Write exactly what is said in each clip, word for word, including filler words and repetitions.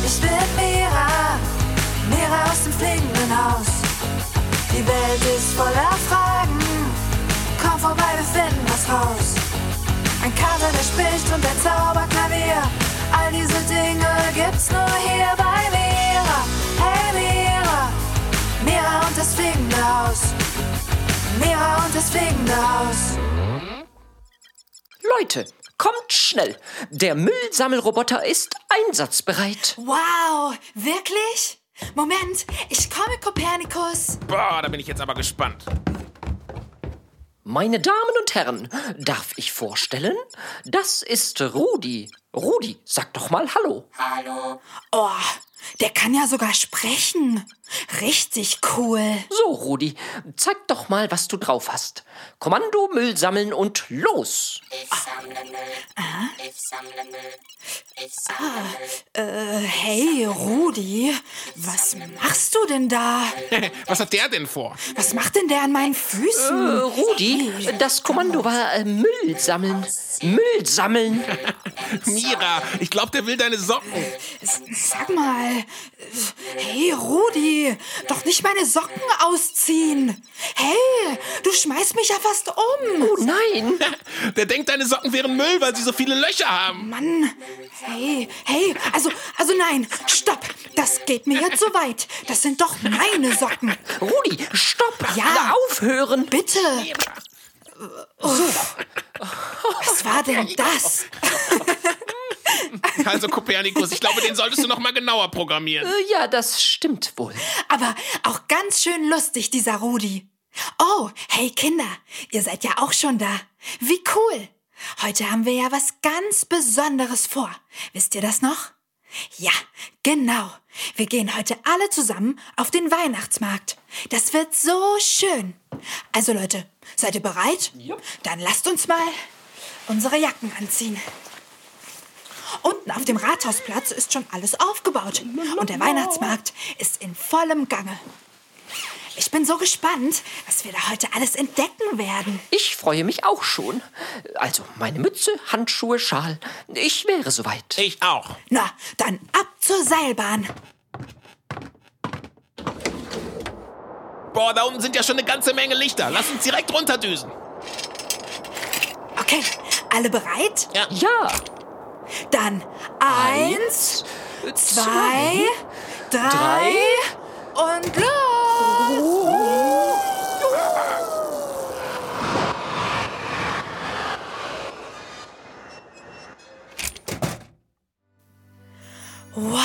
Ich bin Mira, Mira aus dem fliegenden Haus. Die Welt ist voller Fragen, komm vorbei, wir finden was raus. Ein Kater, der spricht und ein Zauberklavier, all diese Dinge gibt's nur hier bei Mira. Hey Mira, Mira und das fliegende Haus. Mira und das fliegende Haus. Leute, kommt schnell. Der Müllsammelroboter ist einsatzbereit. Wow, wirklich? Moment, ich komme, Kopernikus. Boah, da bin ich jetzt aber gespannt. Meine Damen und Herren, darf ich vorstellen? Das ist Rudi. Rudi, sag doch mal Hallo. Hallo. Oh, der kann ja sogar sprechen. Richtig cool. So, Rudi, zeig doch mal, was du drauf hast. Kommando, Müll sammeln und los. Ich sammle Müll. Ah? Ich sammle Müll. Ich sammle Ah, Müll. äh, hey, Rudi, was machst du denn da? Was hat der denn vor? Was macht denn der an meinen Äh, Füßen? Rudi, das Kommando war äh, Müll sammeln. Müll sammeln. Mira, ich glaube, der will deine Socken. S- Sag mal, äh, hey, Rudi, doch nicht meine Socken ausziehen. Hey, du schmeißt mich ja fast um. Oh nein. Der denkt, deine Socken wären Müll, weil sie so viele Löcher haben. Mann, hey, hey, also, also nein, stopp, das geht mir jetzt so weit. Das sind doch meine Socken. Rudi, stopp. Ja. Aufhören. Bitte. Was war denn das? Also Kopernikus, ich glaube, den solltest du noch mal genauer programmieren. Äh, ja, das stimmt wohl. Aber auch ganz schön lustig, dieser Rudi. Oh, hey Kinder, ihr seid ja auch schon da. Wie cool. Heute haben wir ja was ganz Besonderes vor. Wisst ihr das noch? Ja, genau. Wir gehen heute alle zusammen auf den Weihnachtsmarkt. Das wird so schön. Also Leute, seid ihr bereit? Ja. Dann lasst uns mal unsere Jacken anziehen. Unten auf dem Rathausplatz ist schon alles aufgebaut und der Weihnachtsmarkt ist in vollem Gange. Ich bin so gespannt, was wir da heute alles entdecken werden. Ich freue mich auch schon. Also meine Mütze, Handschuhe, Schal. Ich wäre soweit. Ich auch. Na, dann ab zur Seilbahn. Boah, da unten sind ja schon eine ganze Menge Lichter. Lass uns direkt runterdüsen. Okay, alle bereit? Ja. Ja. Dann eins, zwei, drei, drei. und los! Wow,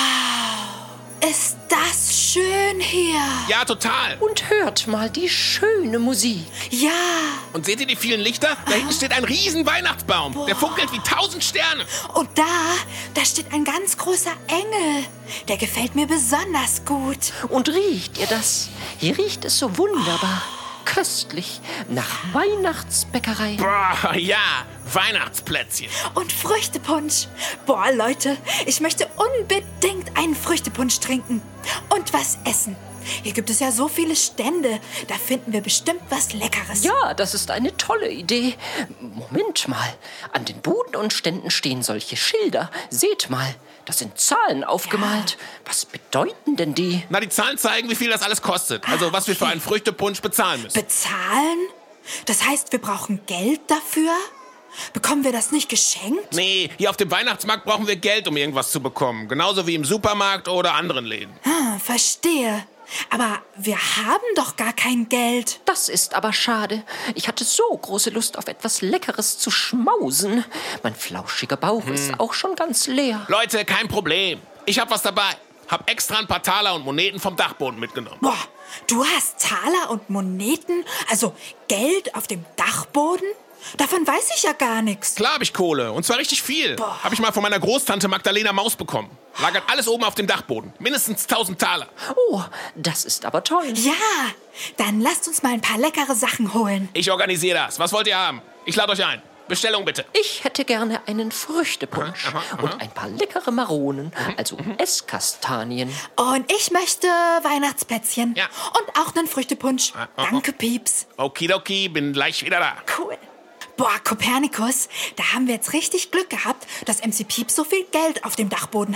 ist das schön hier. Ja, total. Und hört mal die schöne Musik. Ja, Und seht ihr die vielen Lichter? Da hinten steht ein riesen Weihnachtsbaum. Der funkelt wie tausend Sterne. und da, da steht ein ganz großer Engel. Der gefällt mir besonders gut. Und riecht ihr das? Hier riecht es so wunderbar. Köstlich. Nach Weihnachtsbäckerei. Boah, ja. Weihnachtsplätzchen. Und Früchtepunsch. Boah, Leute, ich möchte unbedingt einen Früchtepunsch trinken. Und was essen. Hier gibt es ja so viele Stände. Da finden wir bestimmt was Leckeres. Ja, das ist eine tolle Idee. Moment mal. An den Buden und Ständen stehen solche Schilder. Seht mal, da sind Zahlen aufgemalt. Was bedeuten denn die? Na, die Zahlen zeigen, wie viel das alles kostet. Also, was wir für einen Früchtepunsch bezahlen müssen. Bezahlen? Das heißt, wir brauchen Geld dafür? Bekommen wir das nicht geschenkt? Nee, hier auf dem Weihnachtsmarkt brauchen wir Geld, um irgendwas zu bekommen. Genauso wie im Supermarkt oder anderen Läden. Hm, verstehe. Aber wir haben doch gar kein Geld. Das ist aber schade. Ich hatte so große Lust auf etwas Leckeres zu schmausen. Mein flauschiger Bauch ist auch schon ganz leer. Leute, kein Problem. Ich hab was dabei. Hab extra ein paar Taler und Moneten vom Dachboden mitgenommen. Boah, du hast Taler und Moneten, also Geld auf dem Dachboden? Davon weiß ich ja gar nichts. Klar hab ich Kohle. Und zwar richtig viel. Boah. Hab ich mal von meiner Großtante Magdalena Maus bekommen. Lagert alles oben auf dem Dachboden. Mindestens tausend Taler. Oh, das ist aber toll. Ja, dann lasst uns mal ein paar leckere Sachen holen. Ich organisiere das. Was wollt ihr haben? Ich lade euch ein. Bestellung bitte. Ich hätte gerne einen Früchtepunsch Aha, aha, und ein paar leckere Maronen, also Esskastanien. Und ich möchte Weihnachtsplätzchen. Ja. Und auch einen Früchtepunsch. Ah, ah, Danke, Pieps. Okidoki, bin gleich wieder da. Cool. Boah, Kopernikus, da haben wir jetzt richtig Glück gehabt, dass M C Pieps so viel Geld auf dem Dachboden hat.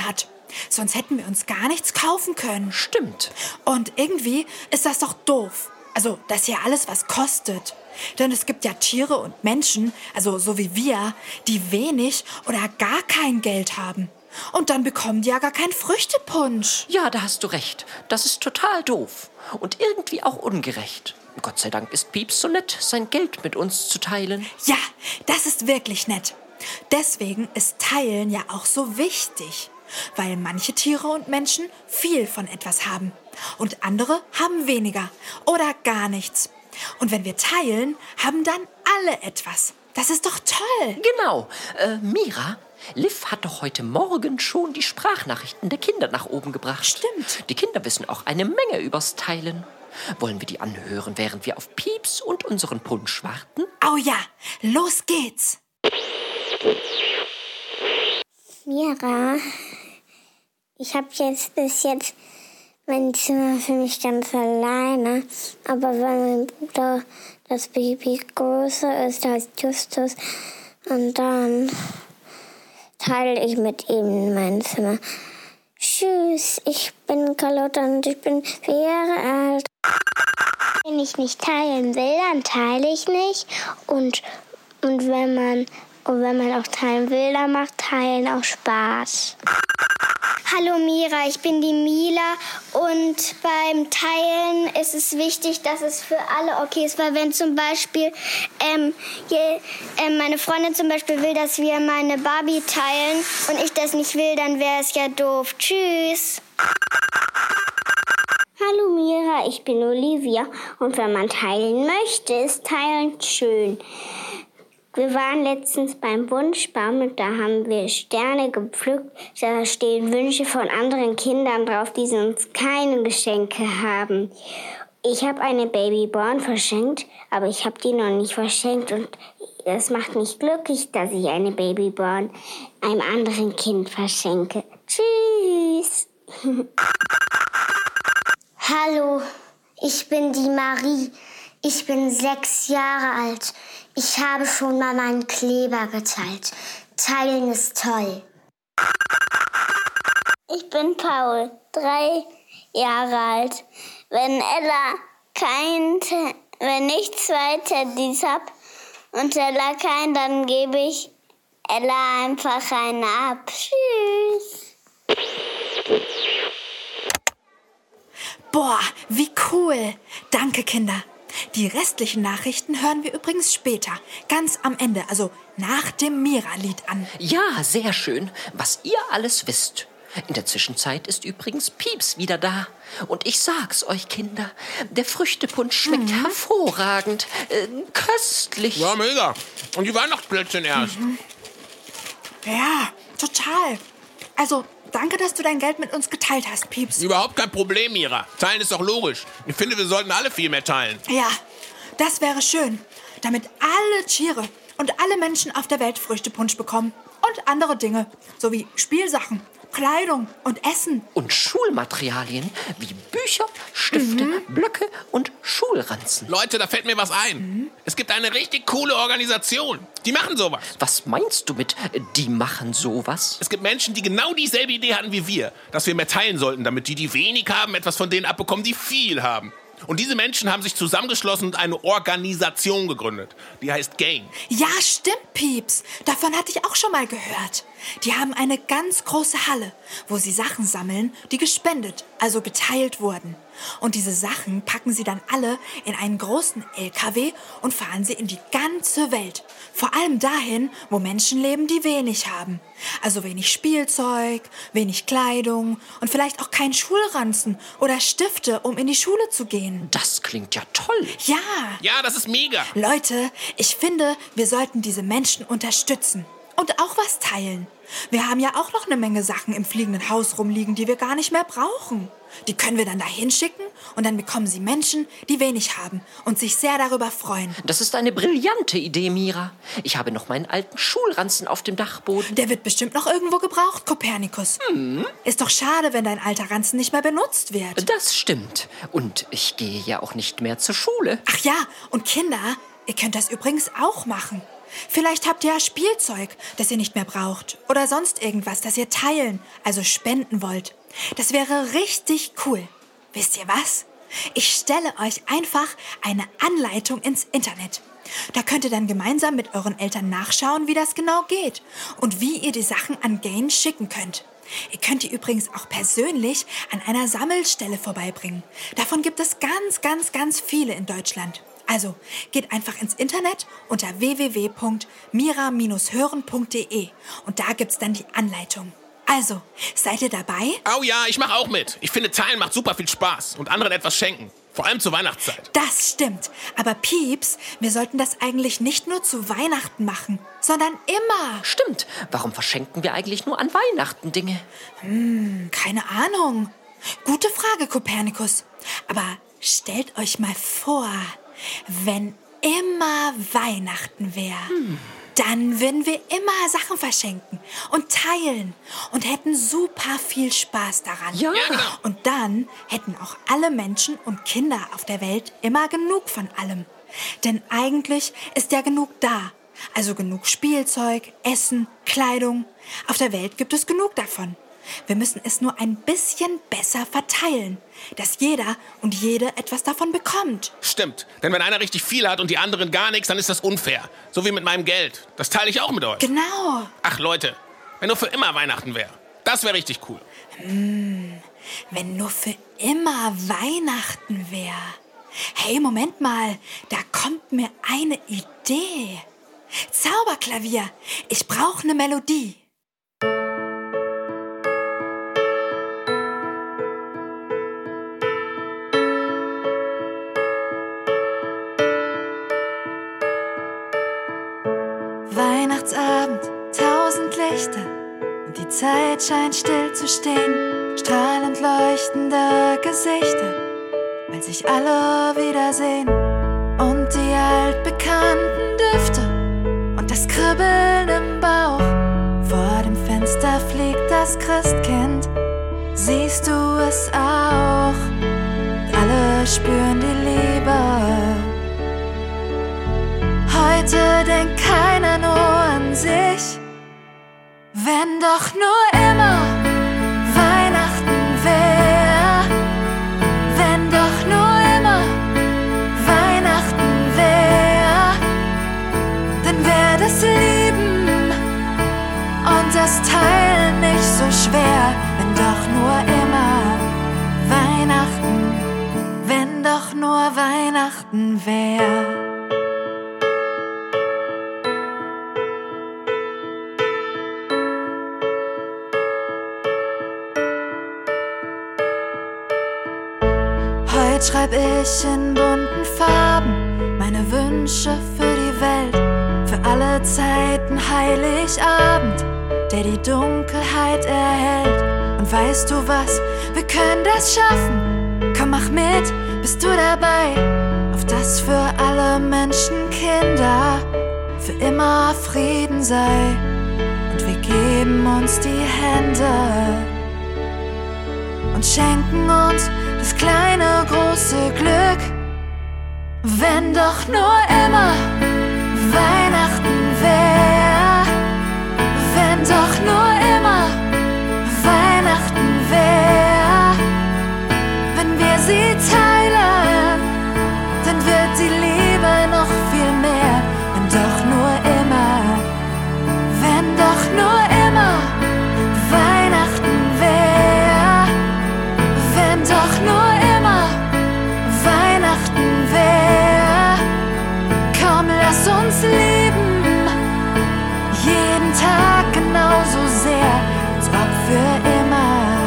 Sonst hätten wir uns gar nichts kaufen können. Stimmt. Und irgendwie ist das doch doof. Also, dass hier alles was kostet. Denn es gibt ja Tiere und Menschen, also so wie wir, die wenig oder gar kein Geld haben. Und dann bekommen die ja gar keinen Früchtepunsch. Ja, da hast du recht. Das ist total doof. Und irgendwie auch ungerecht. Gott sei Dank ist Pieps so nett, sein Geld mit uns zu teilen. Ja, das ist wirklich nett. Deswegen ist Teilen ja auch so wichtig. Weil manche Tiere und Menschen viel von etwas haben. Und andere haben weniger oder gar nichts. Und wenn wir teilen, haben dann alle etwas. Das ist doch toll. Genau. Äh, Mira, Liv hat doch heute Morgen schon die Sprachnachrichten der Kinder nach oben gebracht. Stimmt. Die Kinder wissen auch eine Menge übers Teilen. Wollen wir die anhören, während wir auf Pieps und unseren Punsch warten? Oh ja, los geht's. Mira, ich habe jetzt bis jetzt mein Zimmer für mich ganz alleine. Aber wenn mein Bruder das Baby größer ist als Justus, und dann teile ich mit ihm mein Zimmer. Tschüss, ich bin Carlotta und ich bin vier Jahre alt. Wenn ich nicht teilen will, dann teile ich nicht. Und, und, wenn man, und wenn man auch teilen will, dann macht Teilen auch Spaß. Hallo Mira, ich bin die Mila und beim Teilen ist es wichtig, dass es für alle okay ist, weil wenn zum Beispiel ähm, je, äh, meine Freundin zum Beispiel will, dass wir meine Barbie teilen und ich das nicht will, dann wäre es ja doof. Tschüss. Hallo Mira, ich bin Olivia und wenn man teilen möchte, ist Teilen schön. Wir waren letztens beim Wunschbaum und da haben wir Sterne gepflückt. Da stehen Wünsche von anderen Kindern drauf, die sonst keine Geschenke haben. Ich habe eine Babyborn verschenkt, aber ich habe die noch nicht verschenkt. Und das macht mich glücklich, dass ich eine Babyborn einem anderen Kind verschenke. Tschüss! Hallo, ich bin die Marie. Ich bin sechs Jahre alt. Ich habe schon mal meinen Kleber geteilt. Teilen ist toll. Ich bin Paul, drei Jahre alt. Wenn Ella kein, wenn ich zwei Teddys habe und Ella keinen, dann gebe ich Ella einfach einen ab. Tschüss. Boah, wie cool. Danke, Kinder. Die restlichen Nachrichten hören wir übrigens später, ganz am Ende, also nach dem Mira-Lied an. Ja, sehr schön, was ihr alles wisst. In der Zwischenzeit ist übrigens Pieps wieder da. Und ich sag's euch, Kinder, der Früchtepunsch schmeckt mhm. hervorragend, äh, köstlich. Ja, mega. Und die Weihnachtsplätzchen erst. Mhm. Ja, total. Also, danke, dass du dein Geld mit uns geteilt hast, Pieps. Überhaupt kein Problem, Mira. Teilen ist doch logisch. Ich finde, wir sollten alle viel mehr teilen. Ja, das wäre schön, damit alle Tiere und alle Menschen auf der Welt Früchtepunsch bekommen. Und andere Dinge, sowie Spielsachen, Kleidung und Essen. Und Schulmaterialien wie Bücher, Stifte, mhm. Blöcke und Schulranzen. Leute, da fällt mir was ein. Mhm. Es gibt eine richtig coole Organisation. Die machen sowas. Was meinst du mit, äh, die machen sowas? Es gibt Menschen, die genau dieselbe Idee hatten wie wir. Dass wir mehr teilen sollten, damit die, die wenig haben, etwas von denen abbekommen, die viel haben. Und diese Menschen haben sich zusammengeschlossen und eine Organisation gegründet. Die heißt Gain. Ja, stimmt, Pieps. Davon hatte ich auch schon mal gehört. Die haben eine ganz große Halle, wo sie Sachen sammeln, die gespendet, also geteilt wurden. Und diese Sachen packen sie dann alle in einen großen L K W und fahren sie in die ganze Welt. Vor allem dahin, wo Menschen leben, die wenig haben. Also wenig Spielzeug, wenig Kleidung und vielleicht auch kein Schulranzen oder Stifte, um in die Schule zu gehen. Das klingt ja toll. Ja. Ja, das ist mega. Leute, ich finde, wir sollten diese Menschen unterstützen. Und auch was teilen. Wir haben ja auch noch eine Menge Sachen im fliegenden Haus rumliegen, die wir gar nicht mehr brauchen. Die können wir dann dahin schicken und dann bekommen sie Menschen, die wenig haben und sich sehr darüber freuen. Das ist eine brillante Idee, Mira. Ich habe noch meinen alten Schulranzen auf dem Dachboden. Der wird bestimmt noch irgendwo gebraucht, Kopernikus. Hm. Ist doch schade, wenn dein alter Ranzen nicht mehr benutzt wird. Das stimmt. Und ich gehe ja auch nicht mehr zur Schule. Ach ja, und Kinder, ihr könnt das übrigens auch machen. Vielleicht habt ihr ja Spielzeug, das ihr nicht mehr braucht. Oder sonst irgendwas, das ihr teilen, also spenden wollt. Das wäre richtig cool. Wisst ihr was? Ich stelle euch einfach eine Anleitung ins Internet. Da könnt ihr dann gemeinsam mit euren Eltern nachschauen, wie das genau geht und wie ihr die Sachen an Gain schicken könnt. Ihr könnt die übrigens auch persönlich an einer Sammelstelle vorbeibringen. Davon gibt es ganz, ganz, ganz viele in Deutschland. Also geht einfach ins Internet unter w w w punkt mira Bindestrich hören punkt d e und da gibt's dann die Anleitung. Also, seid ihr dabei? Oh ja, ich mache auch mit. Ich finde, Teilen macht super viel Spaß und anderen etwas schenken. Vor allem zur Weihnachtszeit. Das stimmt. Aber Pieps, wir sollten das eigentlich nicht nur zu Weihnachten machen, sondern immer. Stimmt. Warum verschenken wir eigentlich nur an Weihnachten Dinge? Hm, keine Ahnung. Gute Frage, Kopernikus. Aber stellt euch mal vor, wenn immer Weihnachten wäre. Hm. Dann würden wir immer Sachen verschenken und teilen und hätten super viel Spaß daran. Ja. Ja, genau. Und dann hätten auch alle Menschen und Kinder auf der Welt immer genug von allem. Denn eigentlich ist ja genug da. Also genug Spielzeug, Essen, Kleidung. Auf der Welt gibt es genug davon. Wir müssen es nur ein bisschen besser verteilen, dass jeder und jede etwas davon bekommt. Stimmt. Denn wenn einer richtig viel hat und die anderen gar nichts, dann ist das unfair. So wie mit meinem Geld. Das teile ich auch mit euch. Genau. Ach Leute, wenn nur für immer Weihnachten wäre. Das wäre richtig cool. Hm, wenn nur für immer Weihnachten wäre. Hey, Moment mal, da kommt mir eine Idee. Zauberklavier, ich brauche eine Melodie. Weihnachtsabend, tausend Lichter und die Zeit scheint still zu stehen. Strahlend leuchtende Gesichter, weil sich alle wiedersehen. Und die altbekannten Düfte und das Kribbeln im Bauch. Vor dem Fenster fliegt das Christkind, siehst du es auch? Alle spüren die Liebe. Heute denkt keiner nur an sich, wenn doch nur immer Weihnachten wär, wenn doch nur immer Weihnachten wär, dann wär das Lieben und das Teilen nicht so schwer, wenn doch nur immer Weihnachten, wenn doch nur Weihnachten wär. Heute schreib ich in bunten Farben meine Wünsche für die Welt, für alle Zeiten Heiligabend, der die Dunkelheit erhält. Und weißt du was, wir können das schaffen. Komm, mach mit, bist du dabei? Auf das für alle Menschen, Kinder, für immer Frieden sei. Und wir geben uns die Hände und schenken uns das kleine, große Glück. Wenn doch nur immer Weihnachten wär, wenn doch nur immer Weihnachten wär, wenn wir sie teilen, dann wird die Liebe noch viel mehr. Wenn doch nur immer, wenn doch nur immer Weihnachten wär, wenn doch nur immer Weihnachten wär. Komm, lass uns lieben, jeden Tag genauso sehr, als ob für immer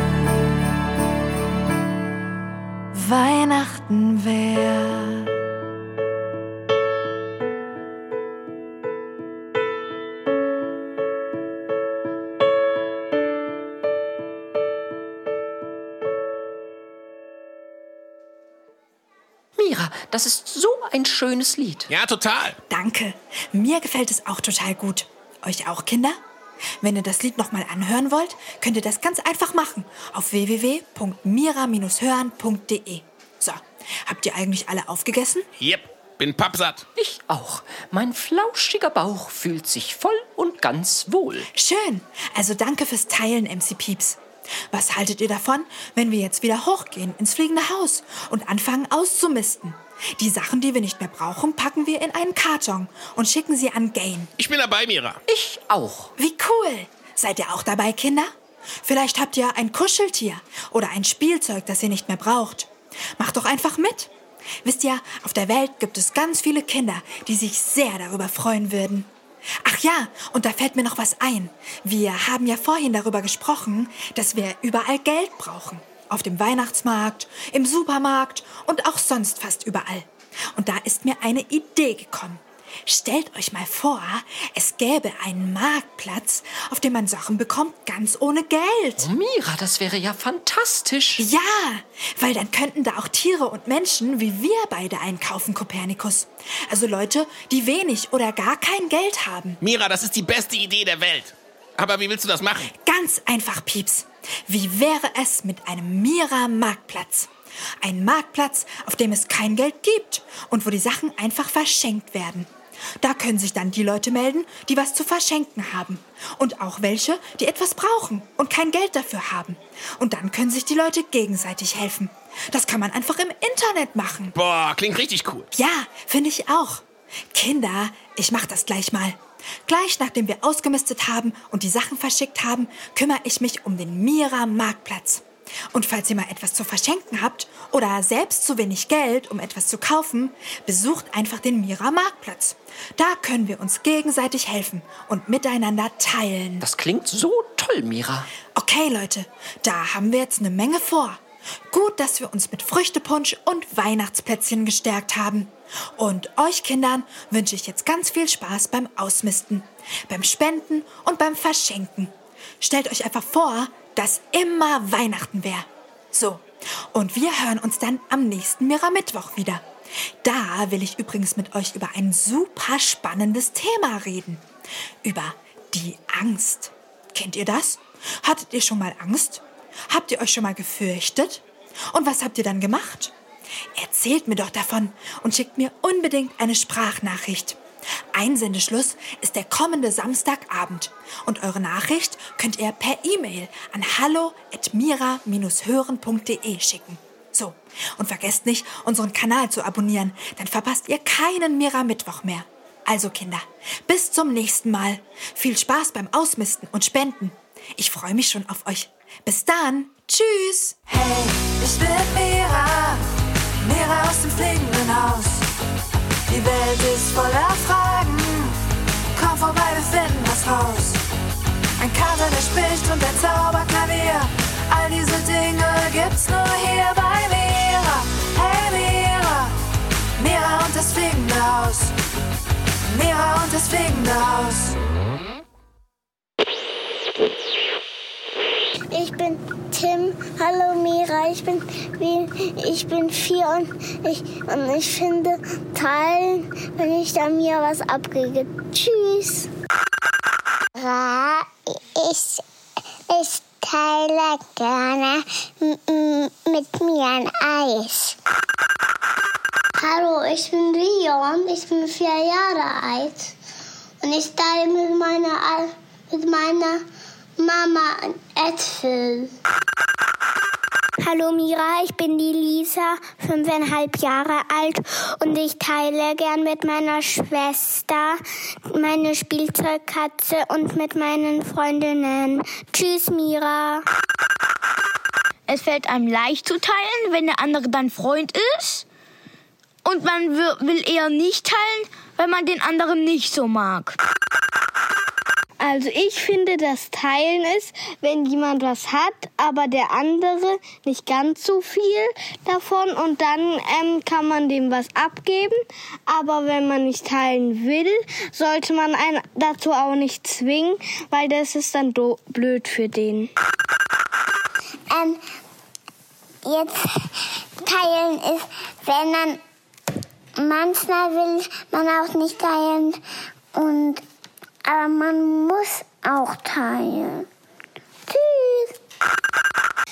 Weihnachten wär. Mira, das ist so ein schönes Lied. Ja, total. Danke. Mir gefällt es auch total gut. Euch auch, Kinder? Wenn ihr das Lied nochmal anhören wollt, könnt ihr das ganz einfach machen auf w w w punkt mira Bindestrich hören punkt d e. So, habt ihr eigentlich alle aufgegessen? Yep. Bin pappsatt. Ich auch. Mein flauschiger Bauch fühlt sich voll und ganz wohl. Schön. Also danke fürs Teilen, M C Pieps. Was haltet ihr davon, wenn wir jetzt wieder hochgehen ins fliegende Haus und anfangen auszumisten? Die Sachen, die wir nicht mehr brauchen, packen wir in einen Karton und schicken sie an Gain. Ich bin dabei, Mira. Ich auch. Wie cool. Seid ihr auch dabei, Kinder? Vielleicht habt ihr ein Kuscheltier oder ein Spielzeug, das ihr nicht mehr braucht. Macht doch einfach mit. Wisst ihr, auf der Welt gibt es ganz viele Kinder, die sich sehr darüber freuen würden. Ach ja, und da fällt mir noch was ein. Wir haben ja vorhin darüber gesprochen, dass wir überall Geld brauchen. Auf dem Weihnachtsmarkt, im Supermarkt und auch sonst fast überall. Und da ist mir eine Idee gekommen. Stellt euch mal vor, es gäbe einen Marktplatz, auf dem man Sachen bekommt, ganz ohne Geld. Oh, Mira, das wäre ja fantastisch. Ja, weil dann könnten da auch Tiere und Menschen wie wir beide einkaufen, Kopernikus. Also Leute, die wenig oder gar kein Geld haben. Mira, das ist die beste Idee der Welt. Aber wie willst du das machen? Ganz einfach, Pieps. Wie wäre es mit einem Mira-Marktplatz? Ein Marktplatz, auf dem es kein Geld gibt und wo die Sachen einfach verschenkt werden. Da können sich dann die Leute melden, die was zu verschenken haben. Und auch welche, die etwas brauchen und kein Geld dafür haben. Und dann können sich die Leute gegenseitig helfen. Das kann man einfach im Internet machen. Boah, klingt richtig cool. Ja, finde ich auch. Kinder, ich mach das gleich mal. Gleich nachdem wir ausgemistet haben und die Sachen verschickt haben, kümmere ich mich um den Mira-Marktplatz. Und falls ihr mal etwas zu verschenken habt oder selbst zu wenig Geld, um etwas zu kaufen, besucht einfach den Mira-Marktplatz. Da können wir uns gegenseitig helfen und miteinander teilen. Das klingt so toll, Mira. Okay, Leute, da haben wir jetzt eine Menge vor. Gut, dass wir uns mit Früchtepunsch und Weihnachtsplätzchen gestärkt haben. Und euch Kindern wünsche ich jetzt ganz viel Spaß beim Ausmisten, beim Spenden und beim Verschenken. Stellt euch einfach vor, dass immer Weihnachten wäre. So, und wir hören uns dann am nächsten Mira-Mittwoch wieder. Da will ich übrigens mit euch über ein super spannendes Thema reden. Über die Angst. Kennt ihr das? Hattet ihr schon mal Angst? Habt ihr euch schon mal gefürchtet? Und was habt ihr dann gemacht? Erzählt mir doch davon und schickt mir unbedingt eine Sprachnachricht. Einsendeschluss ist der kommende Samstagabend. Und eure Nachricht könnt ihr per E-Mail an hallo at mira dash hören punkt de schicken. So, und vergesst nicht, unseren Kanal zu abonnieren, dann verpasst ihr keinen Mira-Mittwoch mehr. Also Kinder, bis zum nächsten Mal. Viel Spaß beim Ausmisten und Spenden. Ich freue mich schon auf euch. Bis dann. Tschüss. Hey, ich bin Mira, Mira aus dem fliegenden Haus. Die Welt ist voller Fragen, komm vorbei, wir finden was raus. Ein Kater, der spricht und ein Zauberklavier, all diese Dinge gibt's nur hier bei Mira. Hey Mira, Mira und das fliegende Haus, Mira und das fliegende Haus. Ich bin Tim. Hallo Mira, ich bin ich bin vier und ich und ich finde teilen, wenn ich da mir was abgebe. Tschüss. Ja, ich ich teile gerne mit mir ein Eis. Hallo, ich bin Leon, ich bin vier Jahre alt und ich teile mit meiner mit meiner Mama Äpfel. Hallo Mira, ich bin die Lisa, fünfeinhalb Jahre alt und ich teile gern mit meiner Schwester meine Spielzeugkatze und mit meinen Freundinnen. Tschüss Mira. Es fällt einem leicht zu teilen, wenn der andere dein Freund ist. Und man will eher nicht teilen, wenn man den anderen nicht so mag. Also ich finde, das Teilen ist, wenn jemand was hat, aber der andere nicht ganz so viel davon und dann ähm, kann man dem was abgeben. Aber wenn man nicht teilen will, sollte man einen dazu auch nicht zwingen, weil das ist dann do- blöd für den. Ähm, jetzt teilen ist, wenn man manchmal will man auch nicht teilen und aber man muss auch teilen. Tschüss.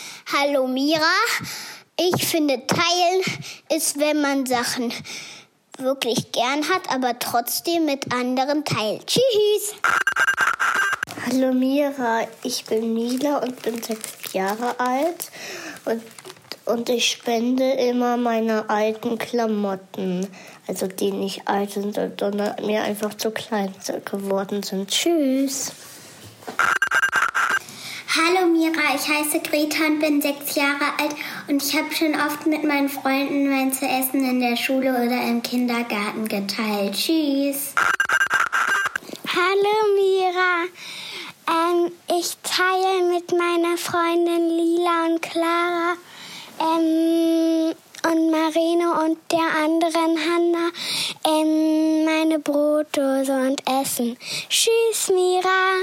Hallo Mira, ich finde Teilen ist, wenn man Sachen wirklich gern hat, aber trotzdem mit anderen teilt. Tschüss! Hallo Mira, ich bin Mila und bin sechs Jahre alt und, und ich spende immer meine alten Klamotten. Also die nicht alt sind, sondern mir einfach zu klein geworden sind. Tschüss! Hallo Mira, ich heiße Greta und bin sechs Jahre alt und ich habe schon oft mit meinen Freunden mein zu essen in der Schule oder im Kindergarten geteilt. Tschüss! Hallo Mira, ähm, ich teile mit meiner Freundin Lila und Clara ähm, und Marino und der anderen Hanna ähm, meine Brotdose und Essen. Tschüss Mira!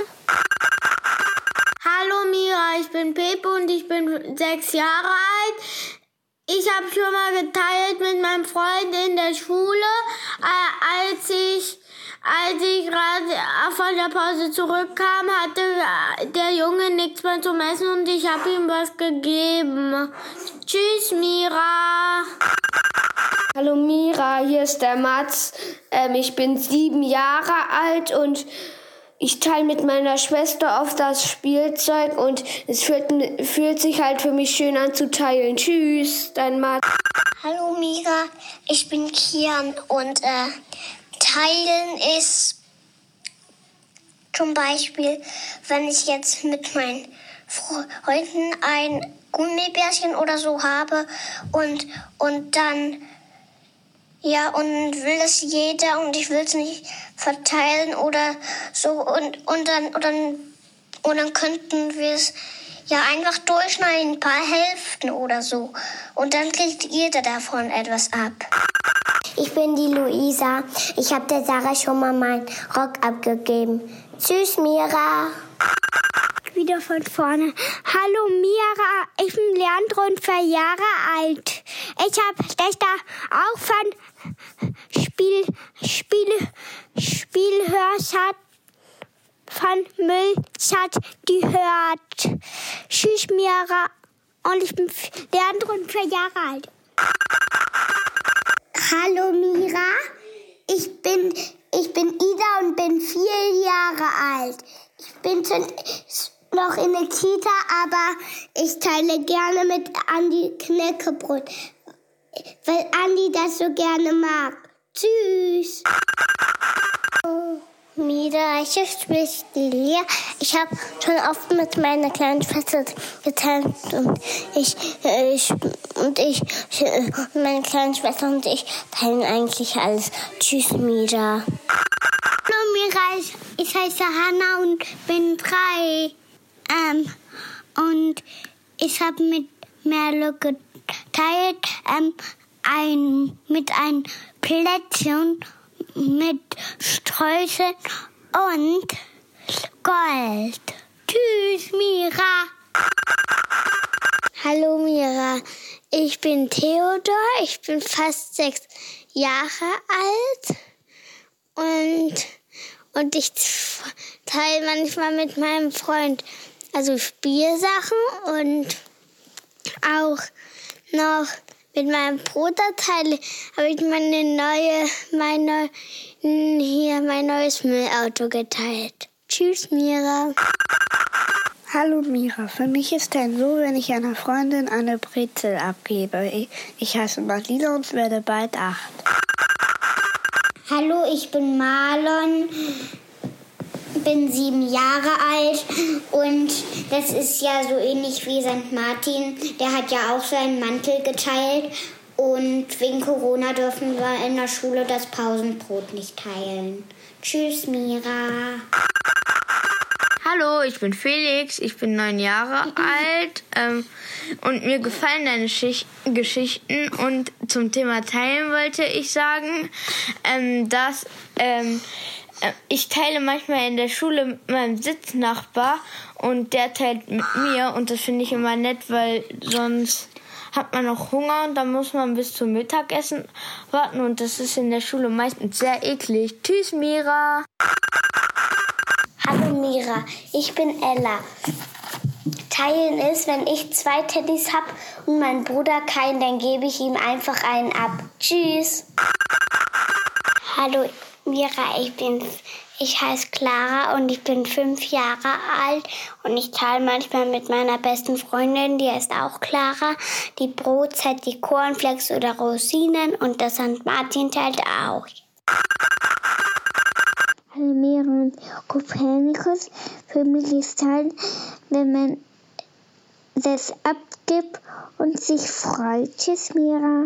Hallo Mira, ich bin Pepe und ich bin sechs Jahre alt. Ich habe schon mal geteilt mit meinem Freund in der Schule, äh, als ich als ich gerade von der Pause zurückkam, hatte der Junge nichts mehr zum Essen und ich habe ihm was gegeben. Tschüss Mira. Hallo Mira, hier ist der Mats. Ähm, ich bin sieben Jahre alt und ich teile mit meiner Schwester oft das Spielzeug und es fühlt, fühlt sich halt für mich schön an zu teilen. Tschüss, dein Mats. Hallo Mira, ich bin Kian und äh, teilen ist zum Beispiel, wenn ich jetzt mit meinen Freunden ein Gummibärchen oder so habe und, und dann ja, und will es jeder und ich will es nicht verteilen oder so und, und, dann, und, dann, und dann könnten wir es ja einfach durchschneiden, ein paar Hälften oder so. Und dann kriegt jeder davon etwas ab. Ich bin die Luisa. Ich habe der Sarah schon mal meinen Rock abgegeben. Tschüss Mira. Wieder von vorne. Hallo Mira, ich bin Leandro und vier Jahre alt. Ich habe gestern auch von Spiel, Spiel, Spielhörsat von Müllsat gehört. Tschüss Mira und ich bin Leandro und vier Jahre alt. Hallo Mira, ich bin, ich bin Ida und bin vier Jahre alt. Ich bin schon noch in der Kita, aber ich teile gerne mit Andi Knäckebrot, weil Andi das so gerne mag. Tschüss. Oh, Mira, hier spricht Lilia. Ich habe schon oft mit meiner kleinen Schwester geteilt und ich, ich und ich und meine kleine Schwester und ich teilen eigentlich alles. Tschüss, Mira. Hallo Mira, ich, ich heiße Hanna und bin drei. Ähm, und ich habe mit Merle geteilt ähm, ein, mit einem Plätzchen mit Streuseln und Gold. Tschüss, Mira. Hallo, Mira. Ich bin Theodor. Ich bin fast sechs Jahre alt. Und, und ich teile manchmal mit meinem Freund also Spielsachen und auch noch mit meinem Bruder teile, habe ich meine neue, meine, hier mein neues Müllauto geteilt. Tschüss, Mira. Hallo Mira, für mich ist es so, wenn ich einer Freundin eine Brezel abgebe. Ich, ich heiße Marlina und werde bald acht. Hallo, ich bin Marlon, bin sieben Jahre alt und das ist ja so ähnlich wie Sankt Martin. Der hat ja auch seinen Mantel geteilt und wegen Corona dürfen wir in der Schule das Pausenbrot nicht teilen. Tschüss, Mira. Hallo, ich bin Felix, ich bin neun Jahre alt ähm, und mir gefallen deine Schicht- Geschichten und zum Thema Teilen wollte ich sagen, ähm, dass ähm, ich teile manchmal in der Schule mit meinem Sitznachbar und der teilt mit mir und das finde ich immer nett, weil sonst hat man noch Hunger und dann muss man bis zum Mittagessen warten und das ist in der Schule meistens sehr eklig. Tschüss, Mira. Hallo Mira, ich bin Ella. Teilen ist, wenn ich zwei Teddys habe und mein Bruder keinen, dann gebe ich ihm einfach einen ab. Tschüss. Hallo Mira, ich bin, ich heiße Clara und ich bin fünf Jahre alt und ich teile manchmal mit meiner besten Freundin, die heißt auch Clara, die Brotzeit, die Cornflakes oder Rosinen und das Sankt Martin teilt auch. Hallo Mira und Kopernikus. Für mich ist Teilen, wenn man das abgibt und sich freut. Tschüss Mira.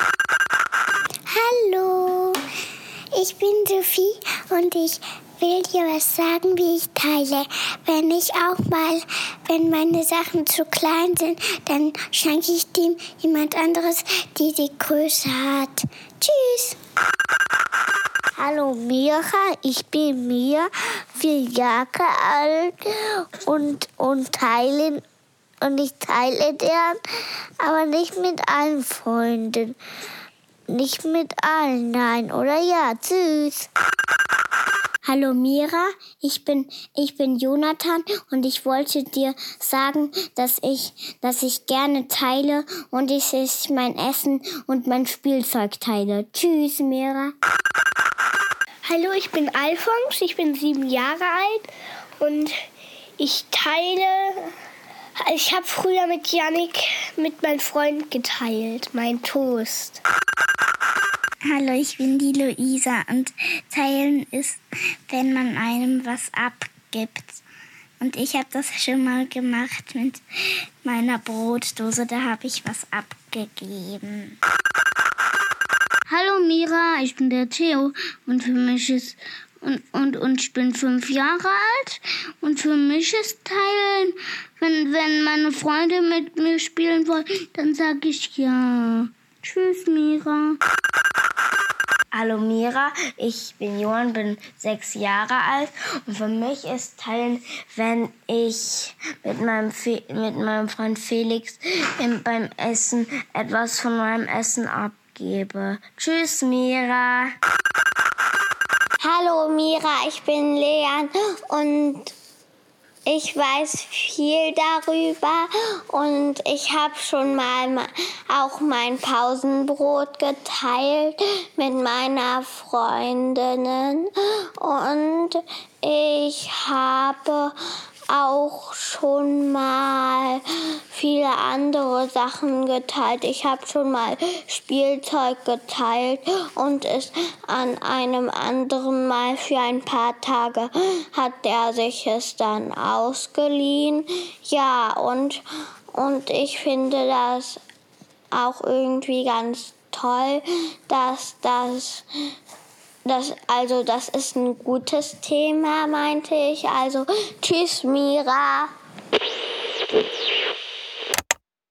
Hallo, ich bin Sophie und ich will dir was sagen, wie ich teile. Wenn ich auch mal, wenn meine Sachen zu klein sind, dann schenke ich dem jemand anderes, die die Größe hat. Tschüss. Hallo Mira, ich bin Mia, vier Jahre alt und, und teile und ich teile gern, aber nicht mit allen Freunden. Nicht mit allen, nein, oder ja, tschüss. Hallo Mira, ich bin, ich bin Jonathan und ich wollte dir sagen, dass ich, dass ich gerne teile und ich, ich mein Essen und mein Spielzeug teile. Tschüss Mira. Hallo, ich bin Alfons, ich bin sieben Jahre alt und ich teile, ich habe früher mit Jannik, mit meinem Freund geteilt, mein Toast. Hallo, ich bin die Luisa und teilen ist, wenn man einem was abgibt. Und ich habe das schon mal gemacht mit meiner Brotdose, da habe ich was abgegeben. Hallo Mira, ich bin der Theo und für mich ist und, und, und ich bin fünf Jahre alt und für mich ist Teilen, wenn, wenn meine Freunde mit mir spielen wollen, dann sage ich ja. Tschüss Mira. Hallo Mira, ich bin Johann, bin sechs Jahre alt und für mich ist Teilen, wenn ich mit meinem, Fe- mit meinem Freund Felix im, beim Essen etwas von meinem Essen abgebe. Tschüss Mira. Hallo Mira, ich bin Leon und ich weiß viel darüber und ich habe schon mal auch mein Pausenbrot geteilt mit meiner Freundin und ich habe auch schon mal viele andere Sachen geteilt. Ich habe schon mal Spielzeug geteilt und es an einem anderen Mal für ein paar Tage hat er sich es dann ausgeliehen. Ja, und, und ich finde das auch irgendwie ganz toll, dass das Das, also das ist ein gutes Thema, meinte ich. Also tschüss, Mira.